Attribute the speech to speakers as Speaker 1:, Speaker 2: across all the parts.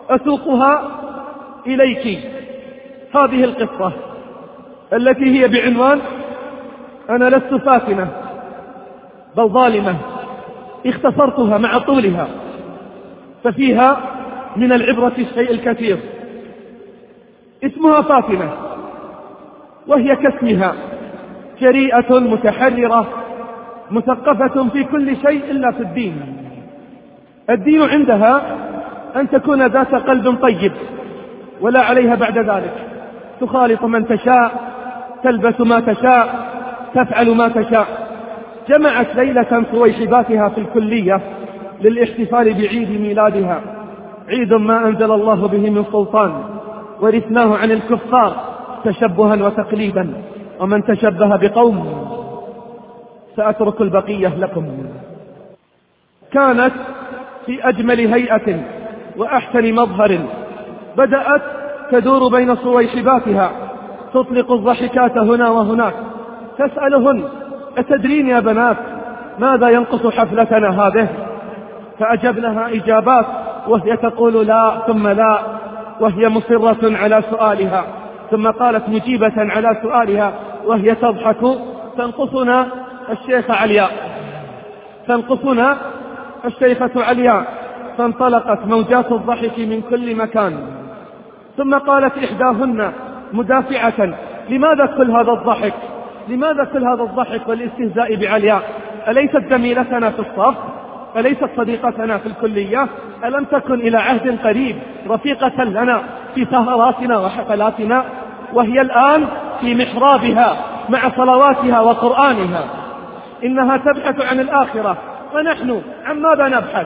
Speaker 1: أسوقها إليك. هذه القصة التي هي بعنوان أنا لست فاتنة بل ظالمة، اختصرتها مع طولها، ففيها من العبرة الشيء الكثير. اسمها فاتنة، وهي كاسمها جريئة متحررة مثقفة في كل شيء إلا في الدين. الدين عندها أن تكون ذات قلب طيب ولا عليها بعد ذلك، تخالط من تشاء، تلبس ما تشاء، تفعل ما تشاء. جمعت ليلة صويحباتها في الكلية للاحتفال بعيد ميلادها، عيد ما أنزل الله به من سلطان، ورثناه عن الكفار تشبها وتقليدا، ومن تشبه بقوم سأترك البقية لكم. كانت في أجمل هيئة وأحسن مظهر، بدأت تدور بين صويحباتها، تطلق الضحكات هنا وهناك، تسألهن: أتدرين يا بنات ماذا ينقص حفلتنا هذه؟ فأجبنها إجابات، وهي تقول لا ثم لا، وهي مصرة على سؤالها، ثم قالت مجيبة على سؤالها وهي تضحك: تنقصنا الشيخة علياء، تنقصنا الشيخة علياء. فانطلقت موجات الضحك من كل مكان. ثم قالت إحداهن مدافعة: لماذا كل هذا الضحك؟ لماذا كل هذا الضحك والاستهزاء بعلياء؟ أليست زميلتنا في الصف؟ أليست صديقتنا في الكلية؟ ألم تكن إلى عهد قريب رفيقة لنا في سهراتنا وحفلاتنا؟ وهي الآن في محرابها مع صلواتها وقرآنها. إنها تبحث عن الآخرة، فنحن عن ماذا نبحث؟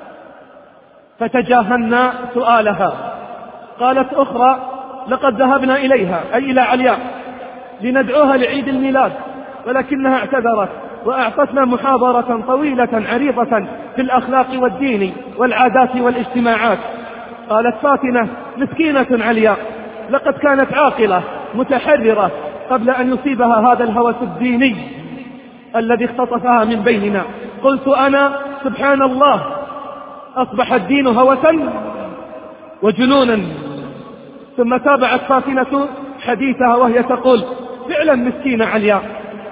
Speaker 1: فتجاهلنا سؤالها. قالت أخرى: لقد ذهبنا إليها، أي إلى علياء، لندعوها لعيد الميلاد، ولكنها اعتذرت وأعطتنا محاضرة طويلة عريضة في الأخلاق والدين والعادات والاجتماعات. قالت فاتنة: مسكينة علياء، لقد كانت عاقلة متحررة قبل أن يصيبها هذا الهوس الديني الذي اختطفها من بيننا. قلت أنا: سبحان الله، أصبح الدين هوسا وجنونا. ثم تابعت فاتنة حديثها وهي تقول: فعلا مسكينة علياء،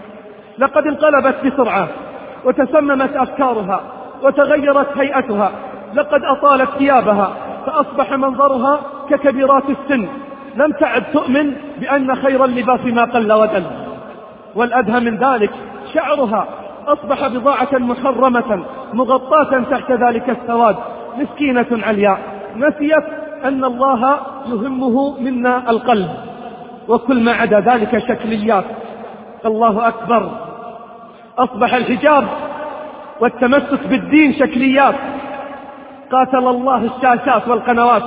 Speaker 1: لقد انقلبت بسرعة وتسممت أفكارها وتغيرت هيئتها، لقد أطالت ثيابها فأصبح منظرها ككبيرات السن، لم تعد تؤمن بأن خير اللباس ما قل ودل. والأدهى من ذلك شعرها أصبح بضاعة محرمة مغطاة تحت ذلك السواد. مسكينة علياء نسيت أن الله يهمه منا القلب، وكل ما عدا ذلك شكليات. الله أكبر، أصبح الحجاب والتمسك بالدين شكليات. قاتل الله الشاشات والقنوات.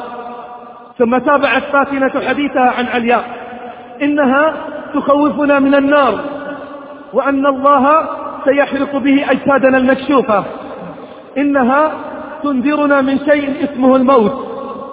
Speaker 1: ثم تابعت فاتنة حديثها عن علياء: إنها تخوفنا من النار، وأن الله سيحرق به أجسادنا المكشوفة. إنها تنذرنا من شيء اسمه الموت،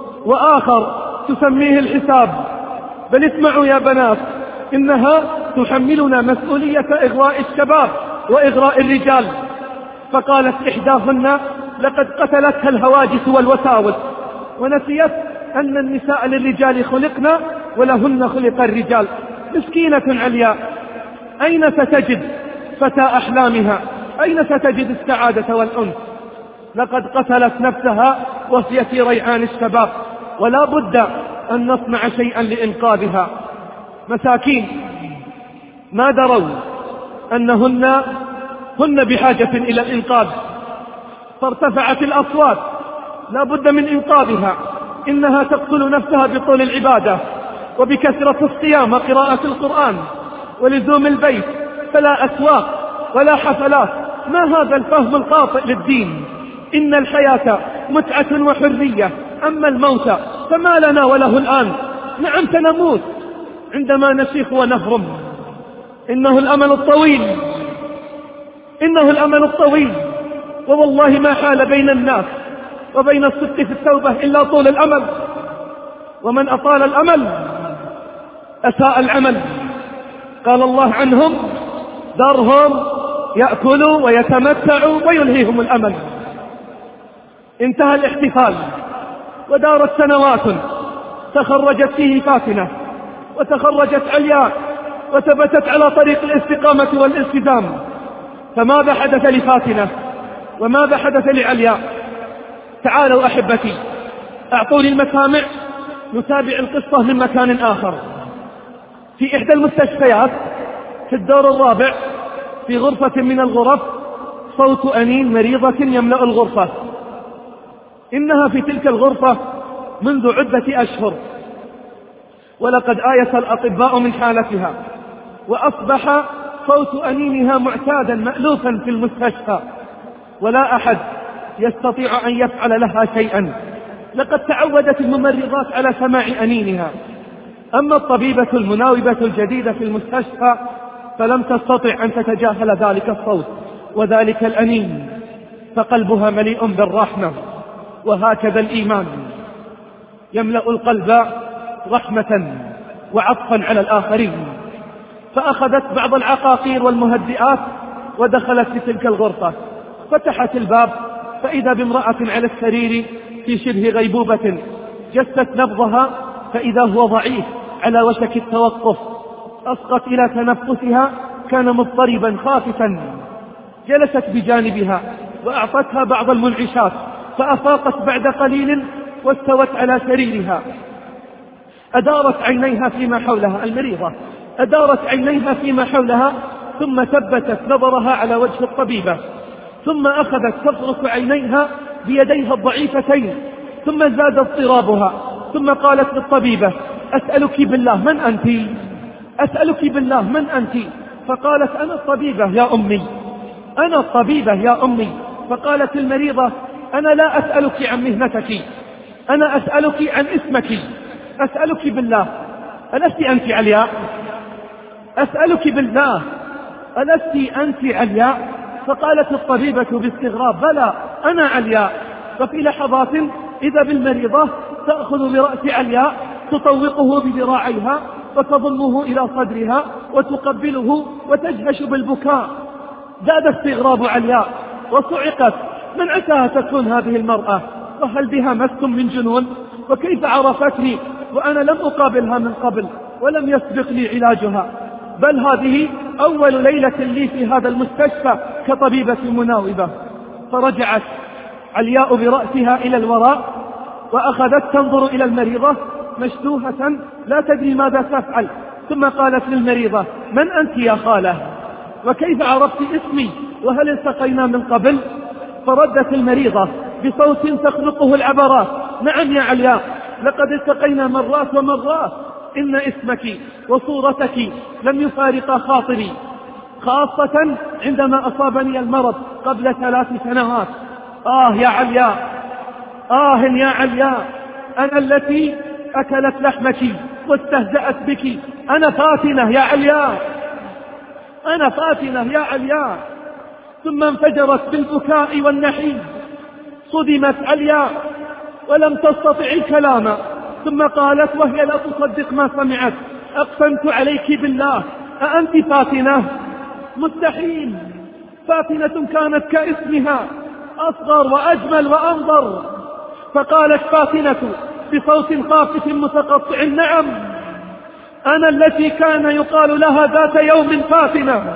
Speaker 1: وآخر تسميه الحساب. بل اسمعوا يا بنات، إنها تحملنا مسؤولية إغراء الشباب وإغراء الرجال. فقالت إحداهن: لقد قتلتها الهواجس والوساوس، ونسيت أن النساء للرجال خلقنا ولهن خلق الرجال. مسكينة علياء، أين ستجد فتى أحلامها؟ أين ستجد السعادة والأنس؟ لقد قتلت نفسها وهي في ريعان الشباب، ولا بد أن نصنع شيئا لإنقاذها. مساكين ما دروا أنهن بحاجة إلى الإنقاذ، فارتفعت الأصوات، لا بد من إنقاذها. إنها تقتل نفسها بطول العبادة وبكثرة الصيام وقراءة القرآن ولزوم البيت، فلا أسواق ولا حفلات. ما هذا الفهم الخاطئ للدين؟ إن الحياة متعة وحرية، أما الموت فما لنا وله الآن. نعم سنموت عندما نشيخ ونهرم. إنه الأمل الطويل، إنه الأمل الطويل، ووالله ما حال بين الناس وبين الصدق في التوبة إلا طول الأمل، ومن أطال الأمل أساء العمل. قال الله عنهم: ذرهم يأكلوا ويتمتعوا ويلهيهم الأمل. انتهى الاحتفال ودارت سنوات تخرجت فيه فاتنة وتخرجت علياء وثبتت على طريق الاستقامة والالتزام. فماذا حدث لفاتنة وماذا حدث لعلياء؟ تعالوا أحبتي، أعطوني المسامع نتابع القصة من مكان آخر. في إحدى المستشفيات في الدور الرابع في غرفة من الغرف صوت أنين مريضة يملأ الغرفة. إنها في تلك الغرفة منذ عدة أشهر، ولقد آيس الأطباء من حالتها، وأصبح صوت أنينها معتادا مألوفا في المستشفى، ولا أحد يستطيع أن يفعل لها شيئا. لقد تعودت الممرضات على سماع أنينها، أما الطبيبة المناوبة الجديدة في المستشفى فلم تستطع أن تتجاهل ذلك الصوت وذلك الأنين، فقلبها مليء بالرحمة. وهكذا الإيمان يملأ القلب رحمة وعطفا على الآخرين. فأخذت بعض العقاقير والمهدئات ودخلت في تلك الغرفة، فتحت الباب فإذا بامرأة على السرير في شبه غيبوبة، جست نبضها فإذا هو ضعيف على وشك التوقف، أصغت إلى تنفسها كان مضطربا خافتا. جلست بجانبها وأعطتها بعض المنعشات، فأفاقت بعد قليل واستوت على سريرها. أدارت عينيها فيما حولها، المريضة أدارت عينيها فيما حولها، ثم ثبتت نظرها على وجه الطبيبة، ثم أخذت تفرك عينيها بيديها الضعيفتين، ثم زاد اضطرابها، ثم قالت للطبيبة: أسألك بالله من أنت؟ أسألك بالله من أنت؟ فقالت: أنا الطبيبة يا أمي، أنا الطبيبة يا أمي. فقالت المريضة: أنا لا أسألك عن مهنتك، أنا أسألك عن اسمك، أسألك بالله ألست أنت علياء؟ أسألك بالله ألست أنت علياء؟ فقالت الطبيبة باستغراب: بلى أنا علياء. ففي لحظات إذا بالمريضة تأخذ برأس علياء تطوقه بذراعيها وتضمه إلى صدرها وتقبله وتجهش بالبكاء. زاد استغراب علياء وصعقت: من عساها تكون هذه المرأة؟ وهل بها مس من جنون؟ وكيف عرفتني وأنا لم أقابلها من قبل ولم يسبق لي علاجها؟ بل هذه أول ليلة لي في هذا المستشفى كطبيبة مناوبة. فرجعت علياء برأسها إلى الوراء وأخذت تنظر إلى المريضة مشدوهة لا تدري ماذا تفعل، ثم قالت للمريضة: من أنت يا خالة؟ وكيف عرفت اسمي؟ وهل التقينا من قبل؟ فردت المريضة بصوت تخنقه العبرات: نعم يا علياء، لقد التقينا مرات ومرات، إن اسمك وصورتك لم يفارق خاطري، خاصة عندما أصابني المرض قبل 3 سنوات. يا علياء، يا علياء، أنا التي أكلت لحمك واستهزأت بك، أنا فاتنة يا علياء، أنا فاتنة يا علياء. ثم انفجرت بالبكاء والنحيب. صدمت علياء ولم تستطع الكلام، ثم قالت وهي لا تصدق ما سمعت: أقسمت عليك بالله أأنت فاتنة؟ مستحيل، فاتنة كانت كاسمها، أصغر وأجمل وأنظر. فقالت فاتنة بصوت خافت متقطع: نعم، أنا التي كان يقال لها ذات يوم فاتنة،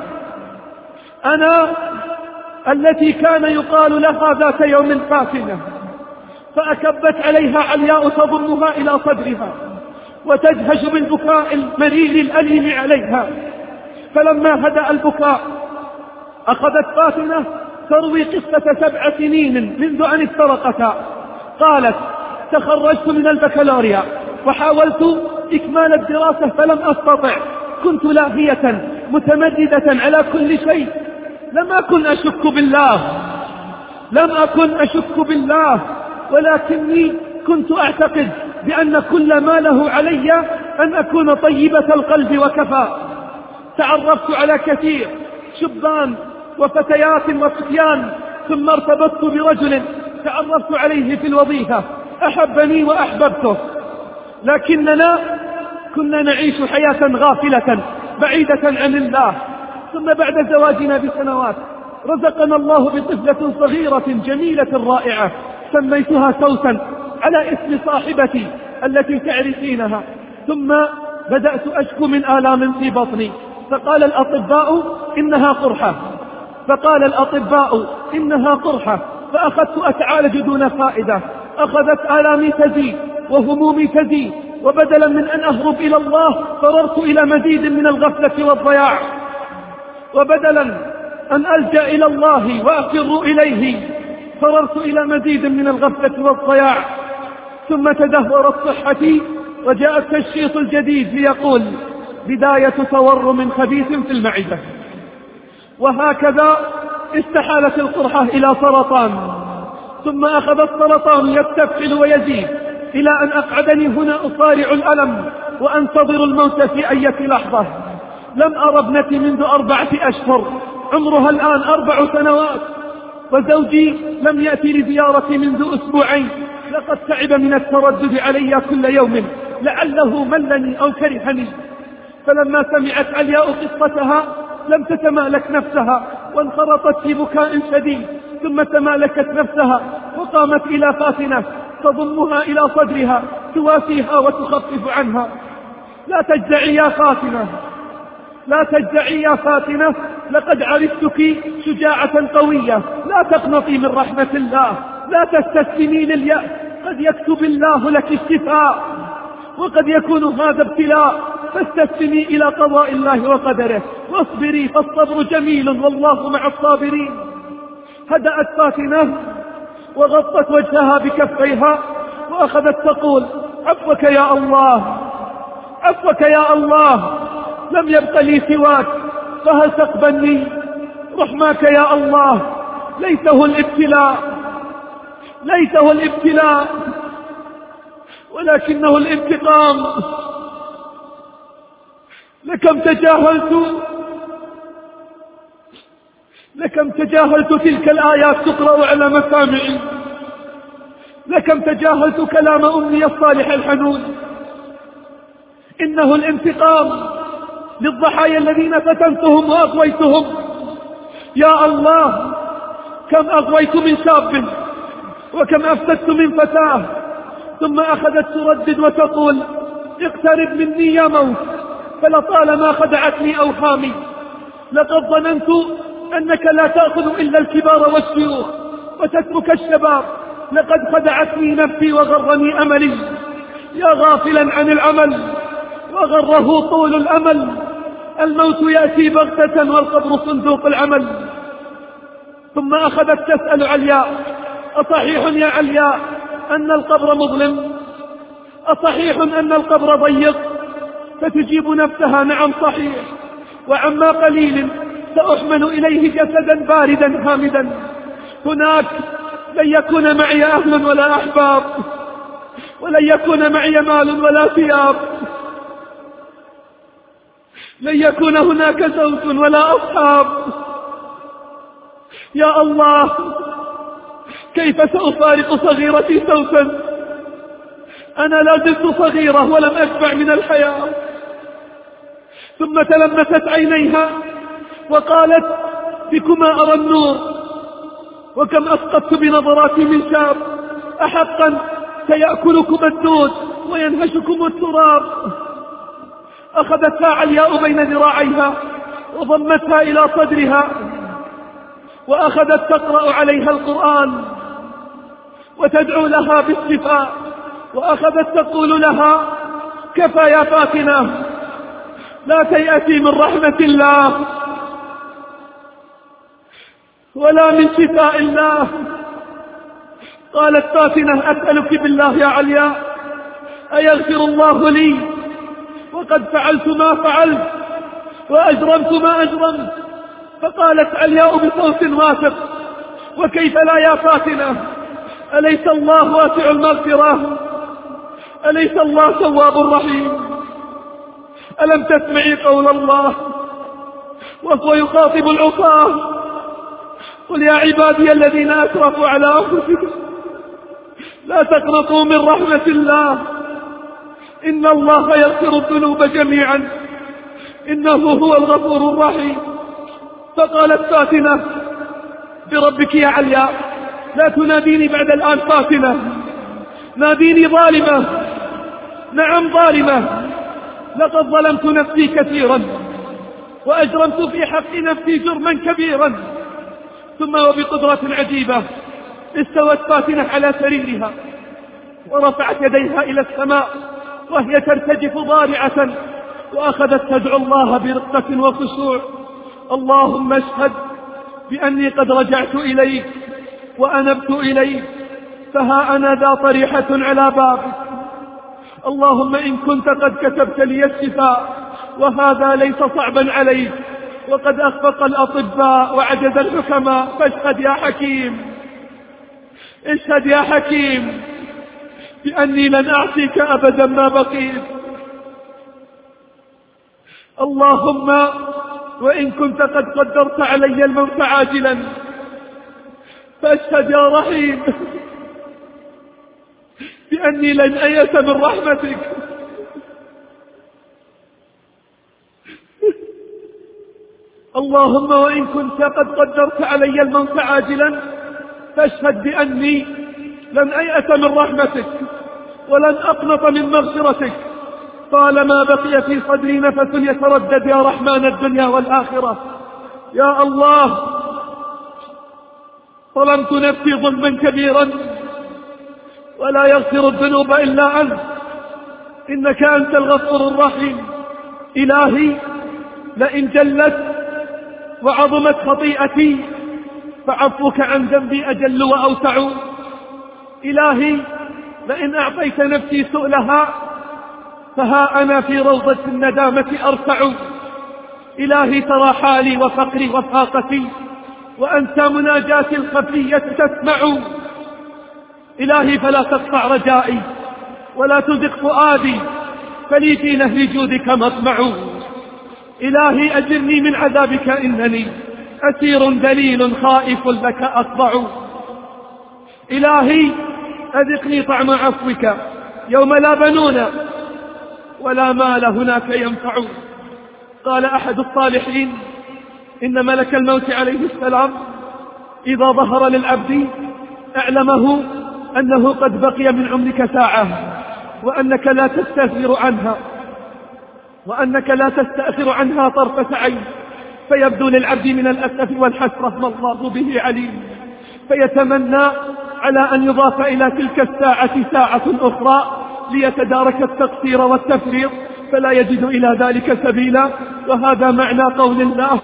Speaker 1: أنا التي كان يقال لها ذات يوم فاتنة. فأكبت عليها علياء تضمها إلى صدرها وتجهش بالبكاء المرير الأليم عليها. فلما هدأ البكاء أخذت فاتنة تروي قصة 7 سنين منذ أن افترقتا. قالت: تخرجت من البكالوريا وحاولت إكمال الدراسة فلم أستطع، كنت لاهية متمردة على كل شيء، لم أكن أشك بالله، ولكني كنت أعتقد بأن كل ما له علي أن أكون طيبة القلب وكفى. تعرفت على كثير شبان وفتيات وفتيان، ثم ارتبطت برجل تعرفت عليه في الوظيفة، أحبني وأحببته، لكننا كنا نعيش حياة غافلة بعيدة عن الله. ثم بعد زواجنا بسنوات رزقنا الله بطفلة صغيرة جميلة رائعة سميتها سوسن، على اسم صاحبتي التي تعرفينها. ثم بدأت أشكو من آلام في بطني، فقال الأطباء إنها قرحة. فأخذت أتعالج دون فائدة، أخذت آلامي تزيد وهمومي تزيد، وبدلا من أن أهرب إلى الله فررت إلى مزيد من الغفلة والضياع، وبدلا أن ألجأ إلى الله وأفر إليه فررت إلى مزيد من الغفلة والضياع. ثم تدهورت صحتي وجاء التشخيص الجديد ليقول بداية تورم خبيث في المعدة. وهكذا استحالت القرحة إلى سرطان، ثم أخذ السرطان يستفحل ويزيد إلى أن أقعدني هنا أصارع الألم وأنتظر الموت في أي لحظة. لم أرى ابنتي منذ 4 أشهر، عمرها الآن 4 سنوات، وزوجي لم يأتي لزيارتي منذ 2 أسبوعين. لقد تعب من التردد علي كل يوم، لعله ملني أو كرهني. فلما سمعت علياء قصتها لم تتمالك نفسها وانخرطت في بكاء شديد، ثم تمالكت نفسها وقامت إلى فاطمة تضمها إلى صدرها تواسيها وتخفف عنها. لا تجزعي يا فاطمة، لا تجزعي يا فاطمة، لقد عرفتك شجاعة قوية. لا تقنطي من رحمة الله، لا تستسلمي لليأس، قد يكتب الله لك الشفاء وقد يكون هذا ابتلاء، فاستسلمي إلى قضاء الله وقدره واصبري، فالصبر جميل والله مع الصابرين. هدأت فاطمة وغطت وجهها بكفيها وأخذت تقول عفوك يا الله، عفوك يا الله، لم يبق لي سواك، فهل تقبلني؟ رحماك يا الله، ليته الابتلاء ولكنه الانتقام. لكم تجاهلت تلك الآيات تقرأ على مسامعي، لكم تجاهلت كلام أمي الصالح الحنون. إنه الانتقام للضحايا الذين فتنتهم وأغويتهم. يا الله، كم أغويت من شاب وكم أفسدت من فتاة. ثم أخذت تردد وتقول اقترب مني يا موت، فلطالما خدعتني أوهامي. لقد ظننت أنك لا تأخذ إلا الكبار والشيوخ وتترك الشباب. لقد خدعتني نفسي وغرني أملي. يا غافلا عن العمل وغره طول الأمل، الموت يأتي بغتة والقبر صندوق العمل. ثم أخذت تسأل علياء أصحيح يا علياء أن القبر مظلم؟ أصحيح أن القبر ضيق؟ فتجيب نفسها نعم صحيح، وعما قليل سأحمل إليه جسدا باردا هامدا. هناك لن يكون معي أهل ولا أحباب، ولن يكون معي مال ولا ثياب، لن يكون هناك زوج ولا أصحاب. يا الله، كيف سأفارق صغيرتي سوفا؟ أنا لا زلت صغيرة ولم أشبع من الحياة. ثم تلمست عينيها وقالت بكما أرى النور، وكم أسقطت بنظراتي من شاب. أحقا سيأكلكم الدود وينهشكم التراب. أخذتها علياء بين ذراعيها وضمتها إلى صدرها وأخذت تقرأ عليها القرآن وتدعو لها بالشفاء، وأخذت تقول لها كفى يا فاطمة، لا تيأتي من رحمة الله ولا من شفاء الله. قالت فاطمة أسألك بالله يا علياء أيغفر الله لي وقد فعلت ما فعلت وأجرمت ما أجرمت؟ فقالت علياء بصوت واثق وكيف لا يا فاطمة، أليس الله واسع المغفرة؟ أليس الله تواب رحيم؟ ألم تسمعي قول الله وهو يخاطب العصاة قل يا عبادي الذين أسرفوا على أنفسهم لا تقنطوا من رحمة الله إن الله يغفر الذنوب جميعا إنه هو الغفور الرحيم. فقالت ما ديني ظالمة، نعم ظالمة، لقد ظلمت نفسي كثيرا وأجرمت في حق نفسي جرما كبيرا. ثم وبقدرة عجيبة استوت فاتنة على سريرها ورفعت يديها إلى السماء وهي ترتجف ضارعة، وأخذت تدعو الله برقة وخشوع: اللهم اشهد بأني قد رجعت إليك وأنبت إليك، فها أنا ذا طريحة على بابك. اللهم إن كنت قد كتبت لي الشفاء وهذا ليس صعبا عليك، وقد أخفق الأطباء وعجز الحكماء، فاشهد يا حكيم، اشهد يا حكيم بأني لن أعصيك أبدا ما بقيت. اللهم وإن كنت قد قدرت علي الموت عاجلا، فاشهد يا رحيم بأني لن أيأس من رحمتك. اللهم وإن كنت قد قدرت علي الموت عاجلا، فاشهد بأني لن أيأس من رحمتك ولن أقنط من مغفرتك طالما بقي في صدري نفس يتردد يا رحمن الدنيا والآخرة. يا الله، ظلمت نفسي ظلما كبيرا ولا يغفر الذنوب إلا أنت، إنك أنت الغفور الرحيم. إلهي، لئن جلت وعظمت خطيئتي فعفوك عن ذنبي أجل وأوسع. إلهي، لئن أعطيت نفسي سؤلها فها أنا في روضة الندامة أرفع. إلهي، ترى حالي وفقري وفاقتي وأنت مناجاتي الخفية تسمع. إلهي، فلا تقطع رجائي ولا تزغ فؤادي، فلي في نهر جودك مطمع. إلهي، أجرني من عذابك إنني أسير دليل خائف لك أخضع. إلهي، أذقني طعم عفوك يوم لا بنون ولا مال هناك ينفع. قال أحد الصالحين: إن ملك الموت عليه السلام إذا ظهر للعبد أعلمه أنه قد بقي من عمرك ساعة وأنك لا تستأخر عنها طرفة عين، فيبدو للعبد من الأسف والحسرة ما الله به عليم، فيتمنى على أن يضاف إلى تلك الساعة ساعة أخرى ليتدارك التقصير والتفريط، فلا يجد إلى ذلك سبيلا. وهذا معنى قول الله: